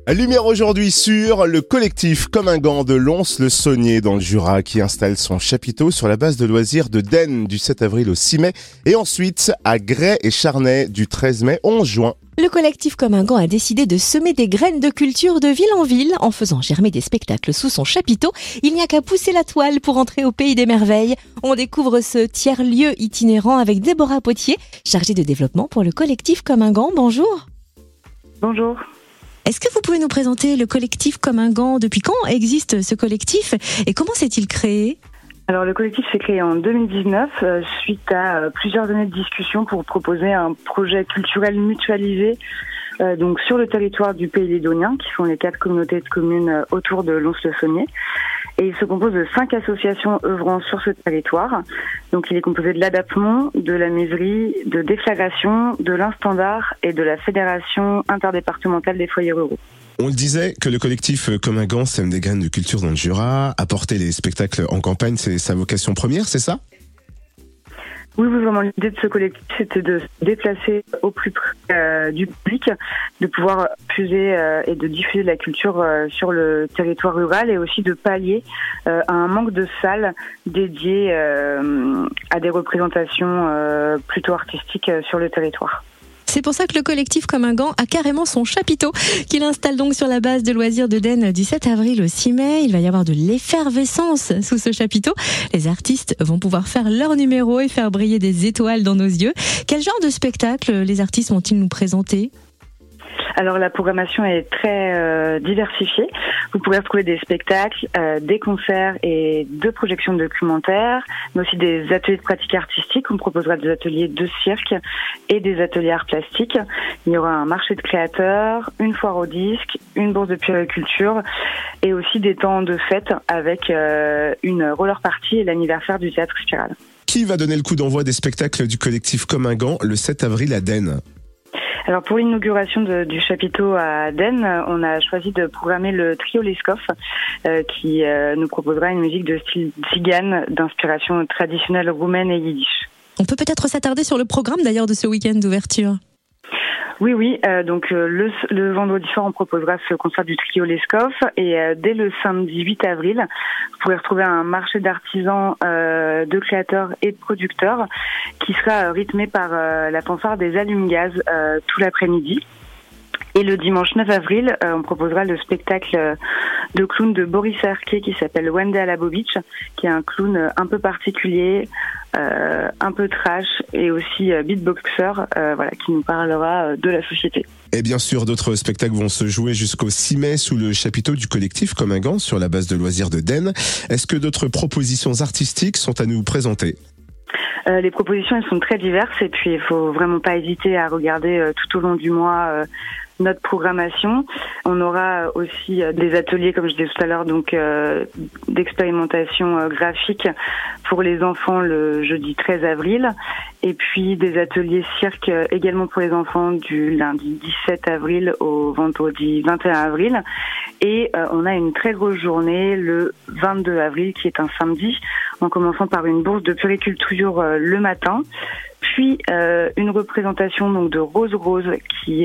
Lumière aujourd'hui sur le collectif Comme un gant de Lons-le-Saunier dans le Jura qui installe son chapiteau sur la base de loisirs de Denne du 7 avril au 6 mai et ensuite à Grès et Charnay du 13 mai au 11 juin. Le collectif Comme un gant a décidé de semer des graines de culture de ville en ville en faisant germer des spectacles sous son chapiteau. Il n'y a qu'à pousser la toile pour entrer au pays des merveilles. On découvre ce tiers-lieu itinérant avec Déborah Potier, chargée de développement pour le collectif Comme un gant. Bonjour. Bonjour. Est-ce que vous pouvez nous présenter le collectif Comme un gant? Depuis quand existe ce collectif et comment s'est-il créé? Alors le collectif s'est créé en 2019 suite à plusieurs années de discussion pour proposer un projet culturel mutualisé donc sur le territoire du Pays lédonien, qui sont les 4 communautés de communes autour de Lons-le-Saunier. Et il se compose de 5 associations œuvrant sur ce territoire. Donc il est composé de l'Adapmont, de la Mézerie, de Déflagration, de l'Instandard et de la Fédération interdépartementale des foyers ruraux. On le disait que le collectif Comme un gant sème des graines de culture dans le Jura, apporter les spectacles en campagne, c'est sa vocation première, c'est ça ? Oui, vraiment, l'idée de ce collectif, c'était de se déplacer au plus près du public, de pouvoir puiser et de diffuser de la culture sur le territoire rural et aussi de pallier à un manque de salles dédiées à des représentations plutôt artistiques sur le territoire. C'est pour ça que le collectif Comme un gant a carrément son chapiteau qu'il installe donc sur la base de loisirs de Denne du 7 avril au 6 mai. Il va y avoir de l'effervescence sous ce chapiteau. Les artistes vont pouvoir faire leur numéro et faire briller des étoiles dans nos yeux. Quel genre de spectacle les artistes vont-ils nous présenter ? Alors la programmation est très diversifiée. Vous pourrez retrouver des spectacles, des concerts et 2 projections de documentaires, mais aussi des ateliers de pratique artistique. On proposera des ateliers de cirque et des ateliers arts plastiques. Il y aura un marché de créateurs, une foire aux disques, une bourse de puériculture et aussi des temps de fête avec une roller party et l'anniversaire du théâtre Spirale. Qui va donner le coup d'envoi des spectacles du collectif Comme un gant le 7 avril à Denne ? Alors pour l'inauguration du chapiteau à Denne, on a choisi de programmer le trio Leskov qui nous proposera une musique de style tzigane d'inspiration traditionnelle roumaine et yiddish. On peut peut-être s'attarder sur le programme d'ailleurs de ce week-end d'ouverture. Oui, donc le vendredi soir, on proposera ce concert du trio Leskov et dès le samedi 8 avril, vous pourrez retrouver un marché d'artisans, de créateurs et de producteurs qui sera rythmé par la fanfare des allumes-gaz tout l'après-midi. Et le dimanche 9 avril, on proposera le spectacle de clown de Boris Herké qui s'appelle Wendell Alabovic, qui est un clown un peu particulier, un peu trash et aussi beatboxer, qui nous parlera de la société. Et bien sûr, d'autres spectacles vont se jouer jusqu'au 6 mai sous le chapiteau du collectif Comme un gant sur la base de loisirs de Denne. Est-ce que d'autres propositions artistiques sont à nous présenter ? Les propositions, elles sont très diverses et puis il faut vraiment pas hésiter à regarder tout au long du mois notre programmation. On aura aussi des ateliers, comme je disais tout à l'heure, donc d'expérimentation graphique pour les enfants le jeudi 13 avril et puis des ateliers cirque également pour les enfants du lundi 17 avril au vendredi 21 avril. Et on a une très grosse journée le 22 avril qui est un samedi, en commençant par une bourse de puériculture le matin, puis une représentation donc de Rose Rose qui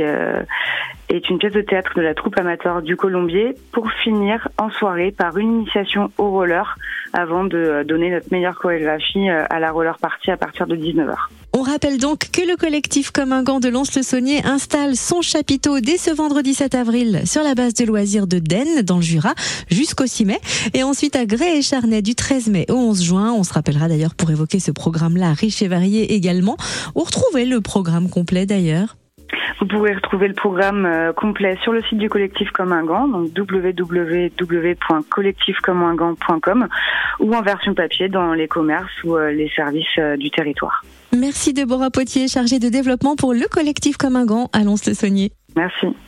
est une pièce de théâtre de la troupe amateur du Colombier, pour finir en soirée par une initiation au roller avant de donner notre meilleure chorégraphie à la roller party à partir de 19h. On rappelle donc que le collectif Comme un gant de Lons-le-Saunier installe son chapiteau dès ce vendredi 7 avril sur la base de loisirs de Denne dans le Jura jusqu'au 6 mai et ensuite à Grès et Charnay du 13 mai au 11 juin. On se rappellera d'ailleurs pour évoquer ce programme-là riche et varié également. Où retrouver le programme complet d'ailleurs ? Vous pouvez retrouver le programme complet sur le site du collectif Comme un gant, donc www.collectifcomeungant.com ou en version papier dans les commerces ou les services du territoire. Merci Déborah Potier, chargée de développement pour le collectif Comme un gant à Lons-le-Saunier. Merci.